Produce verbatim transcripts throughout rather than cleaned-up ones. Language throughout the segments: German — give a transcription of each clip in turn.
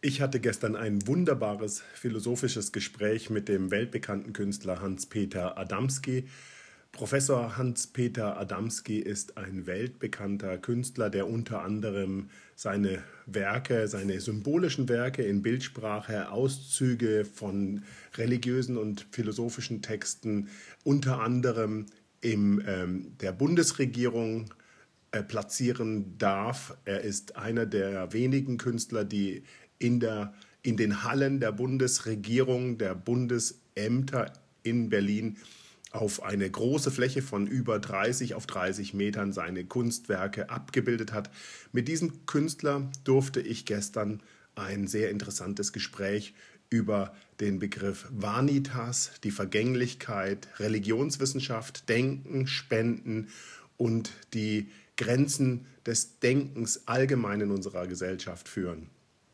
Ich hatte gestern ein wunderbares philosophisches Gespräch mit dem weltbekannten Künstler Hans-Peter Adamski. Professor Hans-Peter Adamski ist ein weltbekannter Künstler, der unter anderem seine Werke, seine symbolischen Werke in Bildsprache, Auszüge von religiösen und philosophischen Texten unter anderem in ähm, der Bundesregierung äh, platzieren darf. Er ist einer der wenigen Künstler, die in, der, in den Hallen der Bundesregierung, der Bundesämter in Berlin auf eine große Fläche von über dreißig auf dreißig Metern seine Kunstwerke abgebildet hat. Mit diesem Künstler durfte ich gestern ein sehr interessantes Gespräch über den Begriff Vanitas, die Vergänglichkeit, Religionswissenschaft, Denken, Spenden und die Grenzen des Denkens allgemein in unserer Gesellschaft führen.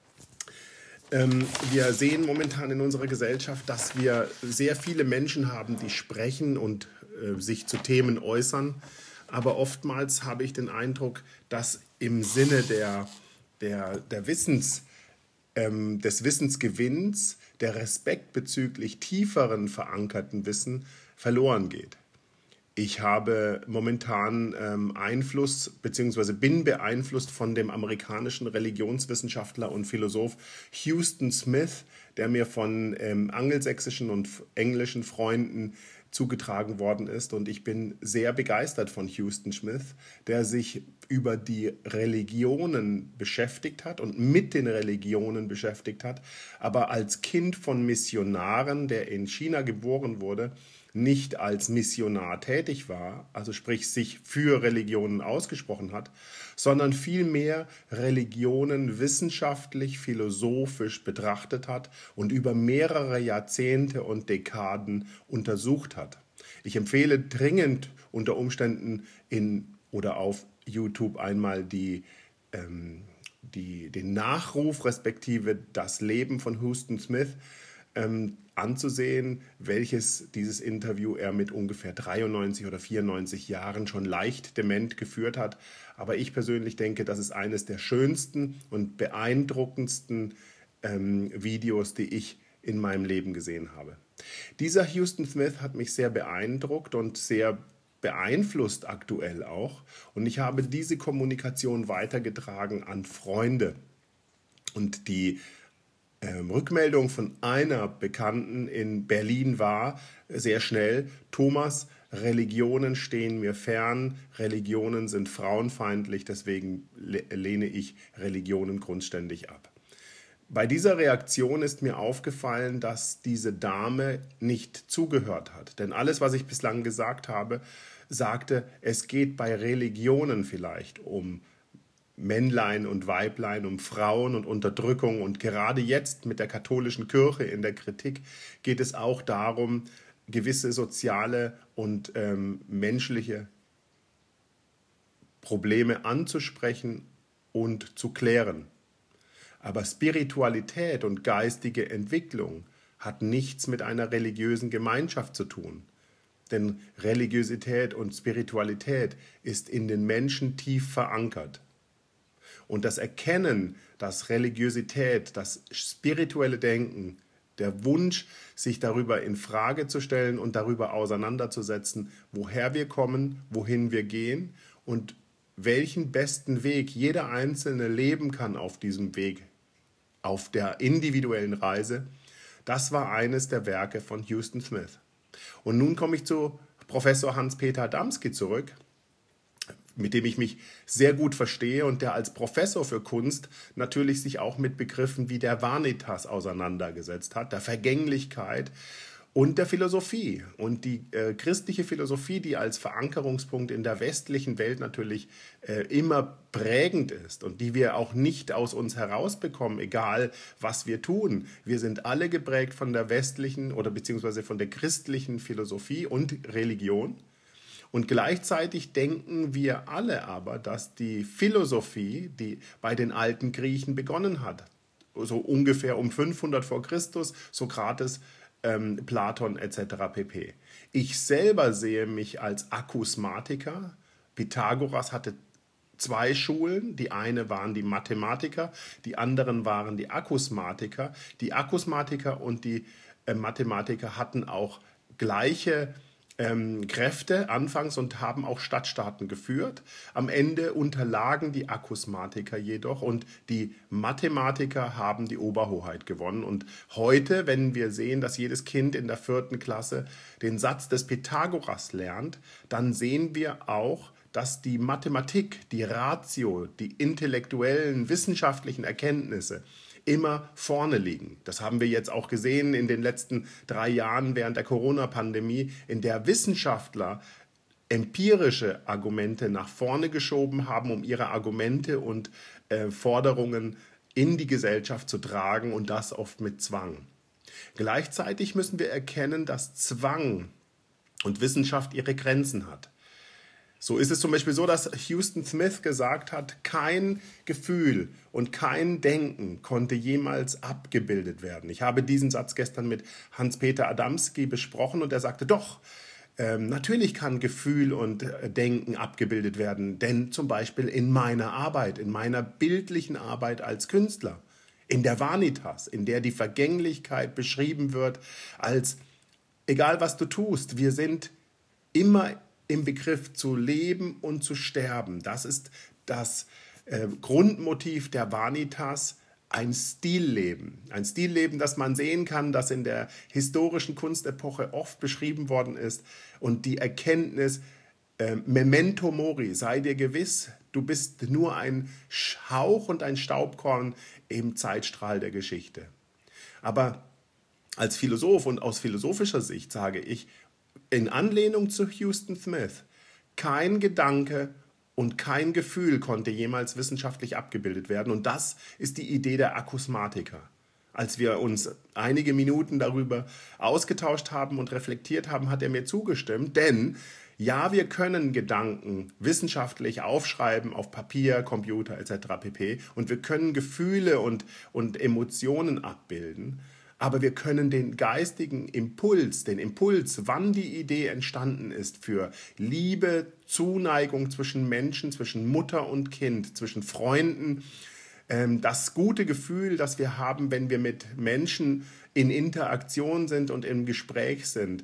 Ähm, wir sehen momentan in unserer Gesellschaft, dass wir sehr viele Menschen haben, die sprechen und äh, sich zu Themen äußern. Aber oftmals habe ich den Eindruck, dass im Sinne der, der, der Wissens, ähm, des Wissensgewinns der Respekt bezüglich tieferen verankerten Wissen verloren geht. Ich habe momentan ähm, Einfluss bzw. bin beeinflusst von dem amerikanischen Religionswissenschaftler und Philosoph Huston Smith, der mir von ähm, angelsächsischen und englischen Freunden zugetragen worden ist. Und ich bin sehr begeistert von Huston Smith, der sich über die Religionen beschäftigt hat und mit den Religionen beschäftigt hat, aber als Kind von Missionaren, der in China geboren wurde, nicht als Missionar tätig war, also sprich sich für Religionen ausgesprochen hat, sondern vielmehr Religionen wissenschaftlich, philosophisch betrachtet hat und über mehrere Jahrzehnte und Dekaden untersucht hat. Ich empfehle dringend unter Umständen in oder auf YouTube einmal die, ähm, die, den Nachruf respektive das Leben von Huston Smith ähm, anzusehen, welches dieses Interview er mit ungefähr dreiundneunzig oder vierundneunzig Jahren schon leicht dement geführt hat. Aber ich persönlich denke, das ist eines der schönsten und beeindruckendsten ähm, Videos, die ich in meinem Leben gesehen habe. Dieser Huston Smith hat mich sehr beeindruckt und sehr beeinflusst aktuell auch. Und ich habe diese Kommunikation weitergetragen an Freunde. Und die Ähm, Rückmeldung von einer Bekannten in Berlin war sehr schnell: Thomas, Religionen stehen mir fern, Religionen sind frauenfeindlich, deswegen lehne ich Religionen grundständig ab. Bei dieser Reaktion ist mir aufgefallen, dass diese Dame nicht zugehört hat. Denn alles, was ich bislang gesagt habe, sagte, es geht bei Religionen vielleicht um Männlein und Weiblein, um Frauen und Unterdrückung. Und gerade jetzt mit der katholischen Kirche in der Kritik geht es auch darum, gewisse soziale und ähm, menschliche Probleme anzusprechen und zu klären. Aber Spiritualität und geistige Entwicklung hat nichts mit einer religiösen Gemeinschaft zu tun. Denn Religiosität und Spiritualität ist in den Menschen tief verankert. Und das Erkennen, dass Religiosität, das spirituelle Denken, der Wunsch, sich darüber in Frage zu stellen und darüber auseinanderzusetzen, woher wir kommen, wohin wir gehen und welchen besten Weg jeder Einzelne leben kann auf diesem Weg, auf der individuellen Reise, das war eines der Werke von Huston Smith. Und nun komme ich zu Professor Hans-Peter Adamski zurück, mit dem ich mich sehr gut verstehe und der als Professor für Kunst natürlich sich auch mit Begriffen wie der Vanitas auseinandergesetzt hat, der Vergänglichkeit und der Philosophie. Und die äh, christliche Philosophie, die als Verankerungspunkt in der westlichen Welt natürlich äh, immer prägend ist und die wir auch nicht aus uns herausbekommen, egal was wir tun. Wir sind alle geprägt von der westlichen oder beziehungsweise von der christlichen Philosophie und Religion. Und gleichzeitig denken wir alle aber, dass die Philosophie, die bei den alten Griechen begonnen hat, so ungefähr um fünfhundert vor Christus, Sokrates, ähm, Platon et cetera pp. Ich selber sehe mich als Akusmatiker. Pythagoras hatte zwei Schulen. Die eine waren die Mathematiker, die anderen waren die Akusmatiker. Die Akusmatiker und die äh, Mathematiker hatten auch gleiche ähm, Kräfte anfangs und haben auch Stadtstaaten geführt. Am Ende unterlagen die Akusmatiker jedoch und die Mathematiker haben die Oberhoheit gewonnen. Und heute, wenn wir sehen, dass jedes Kind in der vierten Klasse den Satz des Pythagoras lernt, dann sehen wir auch, dass die Mathematik, die Ratio, die intellektuellen, wissenschaftlichen Erkenntnisse immer vorne liegen. Das haben wir jetzt auch gesehen in den letzten drei Jahren während der Corona-Pandemie, in der Wissenschaftler empirische Argumente nach vorne geschoben haben, um ihre Argumente und äh, Forderungen in die Gesellschaft zu tragen und das oft mit Zwang. Gleichzeitig müssen wir erkennen, dass Zwang und Wissenschaft ihre Grenzen hat. So ist es zum Beispiel so, dass Huston Smith gesagt hat, kein Gefühl und kein Denken konnte jemals abgebildet werden. Ich habe diesen Satz gestern mit Hans-Peter Adamski besprochen und er sagte, doch, ähm, natürlich kann Gefühl und äh, Denken abgebildet werden, denn zum Beispiel in meiner Arbeit, in meiner bildlichen Arbeit als Künstler, in der Vanitas, in der die Vergänglichkeit beschrieben wird als, egal was du tust, wir sind immer im Begriff zu leben und zu sterben. Das ist das äh, Grundmotiv der Vanitas, ein Stilleben. Ein Stilleben, das man sehen kann, das in der historischen Kunstepoche oft beschrieben worden ist. Und die Erkenntnis, äh, Memento Mori, sei dir gewiss, du bist nur ein Hauch und ein Staubkorn im Zeitstrahl der Geschichte. Aber als Philosoph und aus philosophischer Sicht sage ich, in Anlehnung zu Huston Smith, kein Gedanke und kein Gefühl konnte jemals wissenschaftlich abgebildet werden. Und das ist die Idee der Akusmatiker. Als wir uns einige Minuten darüber ausgetauscht haben und reflektiert haben, hat er mir zugestimmt. Denn ja, wir können Gedanken wissenschaftlich aufschreiben auf Papier, Computer et cetera pp. Und wir können Gefühle und, und Emotionen abbilden. Aber wir können den geistigen Impuls, den Impuls, wann die Idee entstanden ist für Liebe, Zuneigung zwischen Menschen, zwischen Mutter und Kind, zwischen Freunden, das gute Gefühl, das wir haben, wenn wir mit Menschen in Interaktion sind und im Gespräch sind,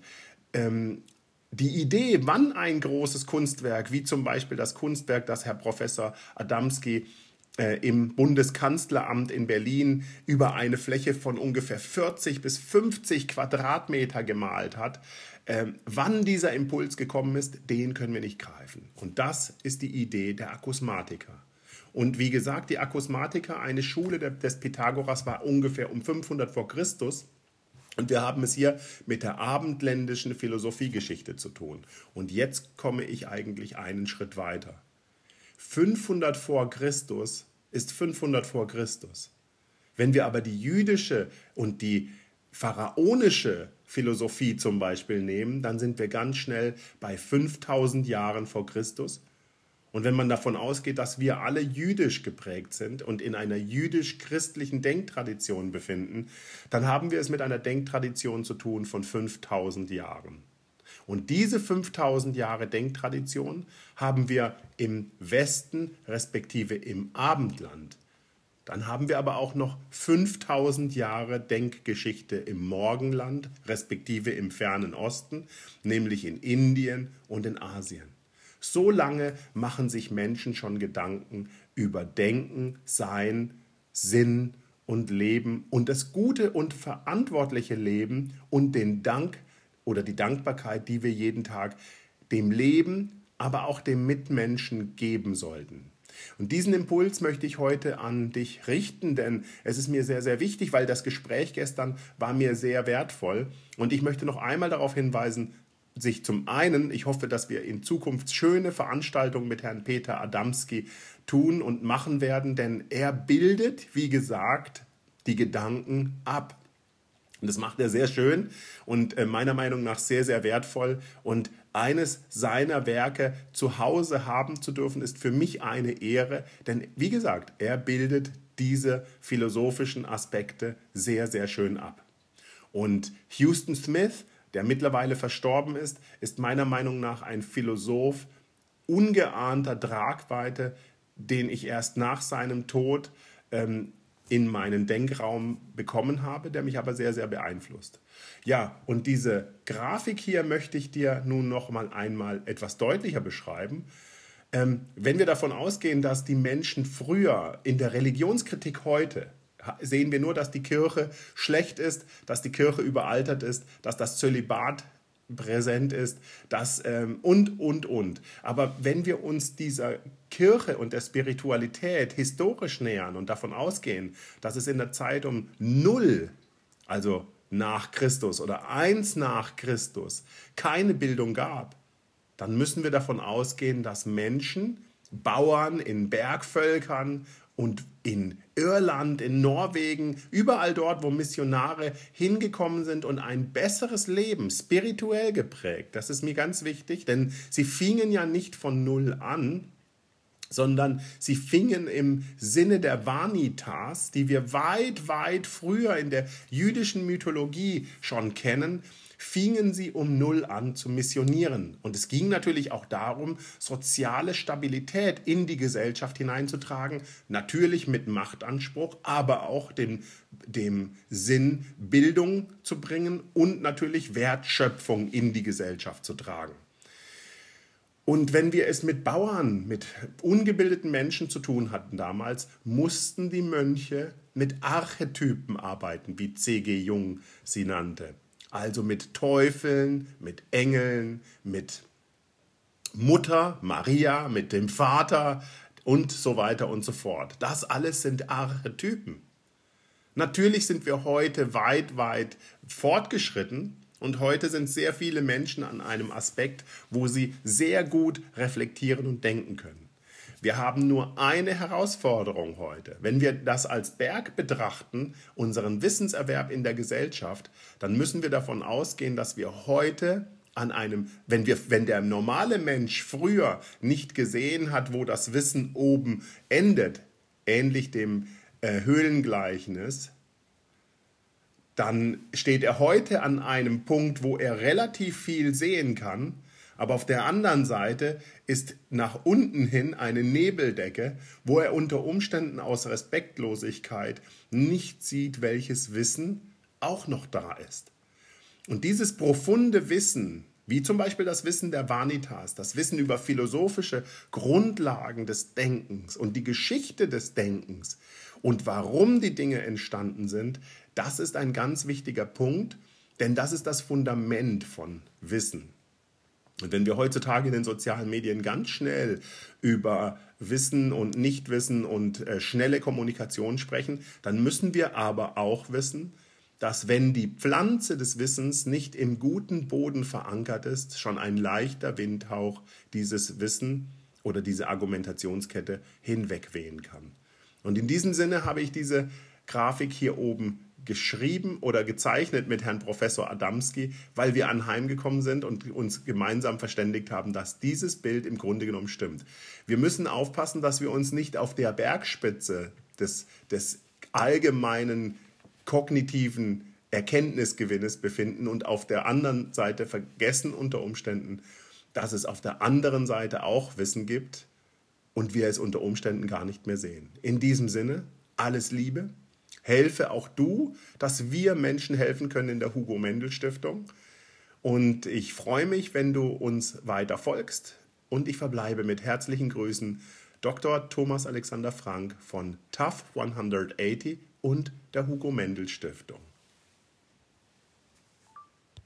die Idee, wann ein großes Kunstwerk, wie zum Beispiel das Kunstwerk, das Herr Professor Adamski im Bundeskanzleramt in Berlin über eine Fläche von ungefähr vierzig bis fünfzig Quadratmeter gemalt hat. Ähm, wann dieser Impuls gekommen ist, den können wir nicht greifen. Und das ist die Idee der Akusmatiker. Und wie gesagt, die Akusmatiker, eine Schule des Pythagoras, war ungefähr um fünfhundert vor Christus. Und wir haben es hier mit der abendländischen Philosophiegeschichte zu tun. Und jetzt komme ich eigentlich einen Schritt weiter. fünfhundert vor Christus ist fünfhundert vor Christus. Wenn wir aber die jüdische und die pharaonische Philosophie zum Beispiel nehmen, dann sind wir ganz schnell bei fünftausend Jahren vor Christus. Und wenn man davon ausgeht, dass wir alle jüdisch geprägt sind und in einer jüdisch-christlichen Denktradition befinden, dann haben wir es mit einer Denktradition zu tun von fünftausend Jahren. Und diese fünftausend Jahre Denktradition haben wir im Westen respektive im Abendland. Dann haben wir aber auch noch fünftausend Jahre Denkgeschichte im Morgenland respektive im fernen Osten, nämlich in Indien und in Asien. So lange machen sich Menschen schon Gedanken über Denken, Sein, Sinn und Leben und das gute und verantwortliche Leben und den Dank oder die Dankbarkeit, die wir jeden Tag dem Leben, aber auch dem Mitmenschen geben sollten. Und diesen Impuls möchte ich heute an dich richten, denn es ist mir sehr, sehr wichtig, weil das Gespräch gestern war mir sehr wertvoll. Und ich möchte noch einmal darauf hinweisen, sich zum einen, ich hoffe, dass wir in Zukunft schöne Veranstaltungen mit Herrn Peter Adamski tun und machen werden, denn er bildet, wie gesagt, die Gedanken ab. Und das macht er sehr schön und meiner Meinung nach sehr, sehr wertvoll. Und eines seiner Werke zu Hause haben zu dürfen, ist für mich eine Ehre. Denn wie gesagt, er bildet diese philosophischen Aspekte sehr, sehr schön ab. Und Huston Smith, der mittlerweile verstorben ist, ist meiner Meinung nach ein Philosoph ungeahnter Tragweite, den ich erst nach seinem Tod ähm, in meinen Denkraum bekommen habe, der mich aber sehr, sehr beeinflusst. Ja, und diese Grafik hier möchte ich dir nun noch mal einmal etwas deutlicher beschreiben. Ähm, wenn wir davon ausgehen, dass die Menschen früher in der Religionskritik heute, sehen wir nur, dass die Kirche schlecht ist, dass die Kirche überaltert ist, dass das Zölibat präsent ist, dass, ähm, und, und, und. Aber wenn wir uns dieser Kirche und der Spiritualität historisch nähern und davon ausgehen, dass es in der Zeit um null, also nach Christus oder eins nach Christus, keine Bildung gab, dann müssen wir davon ausgehen, dass Menschen, Bauern in Bergvölkern und in Irland, in Norwegen, überall dort, wo Missionare hingekommen sind und ein besseres Leben, spirituell geprägt, das ist mir ganz wichtig, denn sie fingen ja nicht von Null an, sondern sie fingen im Sinne der Vanitas, die wir weit, weit früher in der jüdischen Mythologie schon kennen, fingen sie um Null an zu missionieren. Und es ging natürlich auch darum, soziale Stabilität in die Gesellschaft hineinzutragen, natürlich mit Machtanspruch, aber auch dem, dem Sinn, Bildung zu bringen und natürlich Wertschöpfung in die Gesellschaft zu tragen. Und wenn wir es mit Bauern, mit ungebildeten Menschen zu tun hatten damals, mussten die Mönche mit Archetypen arbeiten, wie C G Jung sie nannte. Also mit Teufeln, mit Engeln, mit Mutter, Maria, mit dem Vater und so weiter und so fort. Das alles sind Archetypen. Natürlich sind wir heute weit, weit fortgeschritten. Und heute sind sehr viele Menschen an einem Aspekt, wo sie sehr gut reflektieren und denken können. Wir haben nur eine Herausforderung heute. Wenn wir das als Berg betrachten, unseren Wissenserwerb in der Gesellschaft, dann müssen wir davon ausgehen, dass wir heute an einem, wenn wir, wenn der normale Mensch früher nicht gesehen hat, wo das Wissen oben endet, ähnlich dem äh, Höhlengleichnis, dann steht er heute an einem Punkt, wo er relativ viel sehen kann, aber auf der anderen Seite ist nach unten hin eine Nebeldecke, wo er unter Umständen aus Respektlosigkeit nicht sieht, welches Wissen auch noch da ist. Und dieses profunde Wissen, wie zum Beispiel das Wissen der Vanitas, das Wissen über philosophische Grundlagen des Denkens und die Geschichte des Denkens und warum die Dinge entstanden sind, das ist ein ganz wichtiger Punkt, denn das ist das Fundament von Wissen. Und wenn wir heutzutage in den sozialen Medien ganz schnell über Wissen und Nichtwissen und äh, schnelle Kommunikation sprechen, dann müssen wir aber auch wissen, dass wenn die Pflanze des Wissens nicht im guten Boden verankert ist, schon ein leichter Windhauch dieses Wissen oder diese Argumentationskette hinwegwehen kann. Und in diesem Sinne habe ich diese Grafik hier oben geschrieben oder gezeichnet mit Herrn Professor Adamski, weil wir anheimgekommen sind und uns gemeinsam verständigt haben, dass dieses Bild im Grunde genommen stimmt. Wir müssen aufpassen, dass wir uns nicht auf der Bergspitze des, des allgemeinen kognitiven Erkenntnisgewinnes befinden und auf der anderen Seite vergessen unter Umständen, dass es auf der anderen Seite auch Wissen gibt und wir es unter Umständen gar nicht mehr sehen. In diesem Sinne, alles Liebe. Helfe auch du, dass wir Menschen helfen können in der Hugo Mendel Stiftung. Und ich freue mich, wenn du uns weiter folgst. Und ich verbleibe mit herzlichen Grüßen Doktor Thomas Alexander Frank von T A F hundertachtzig und der Hugo Mendel Stiftung.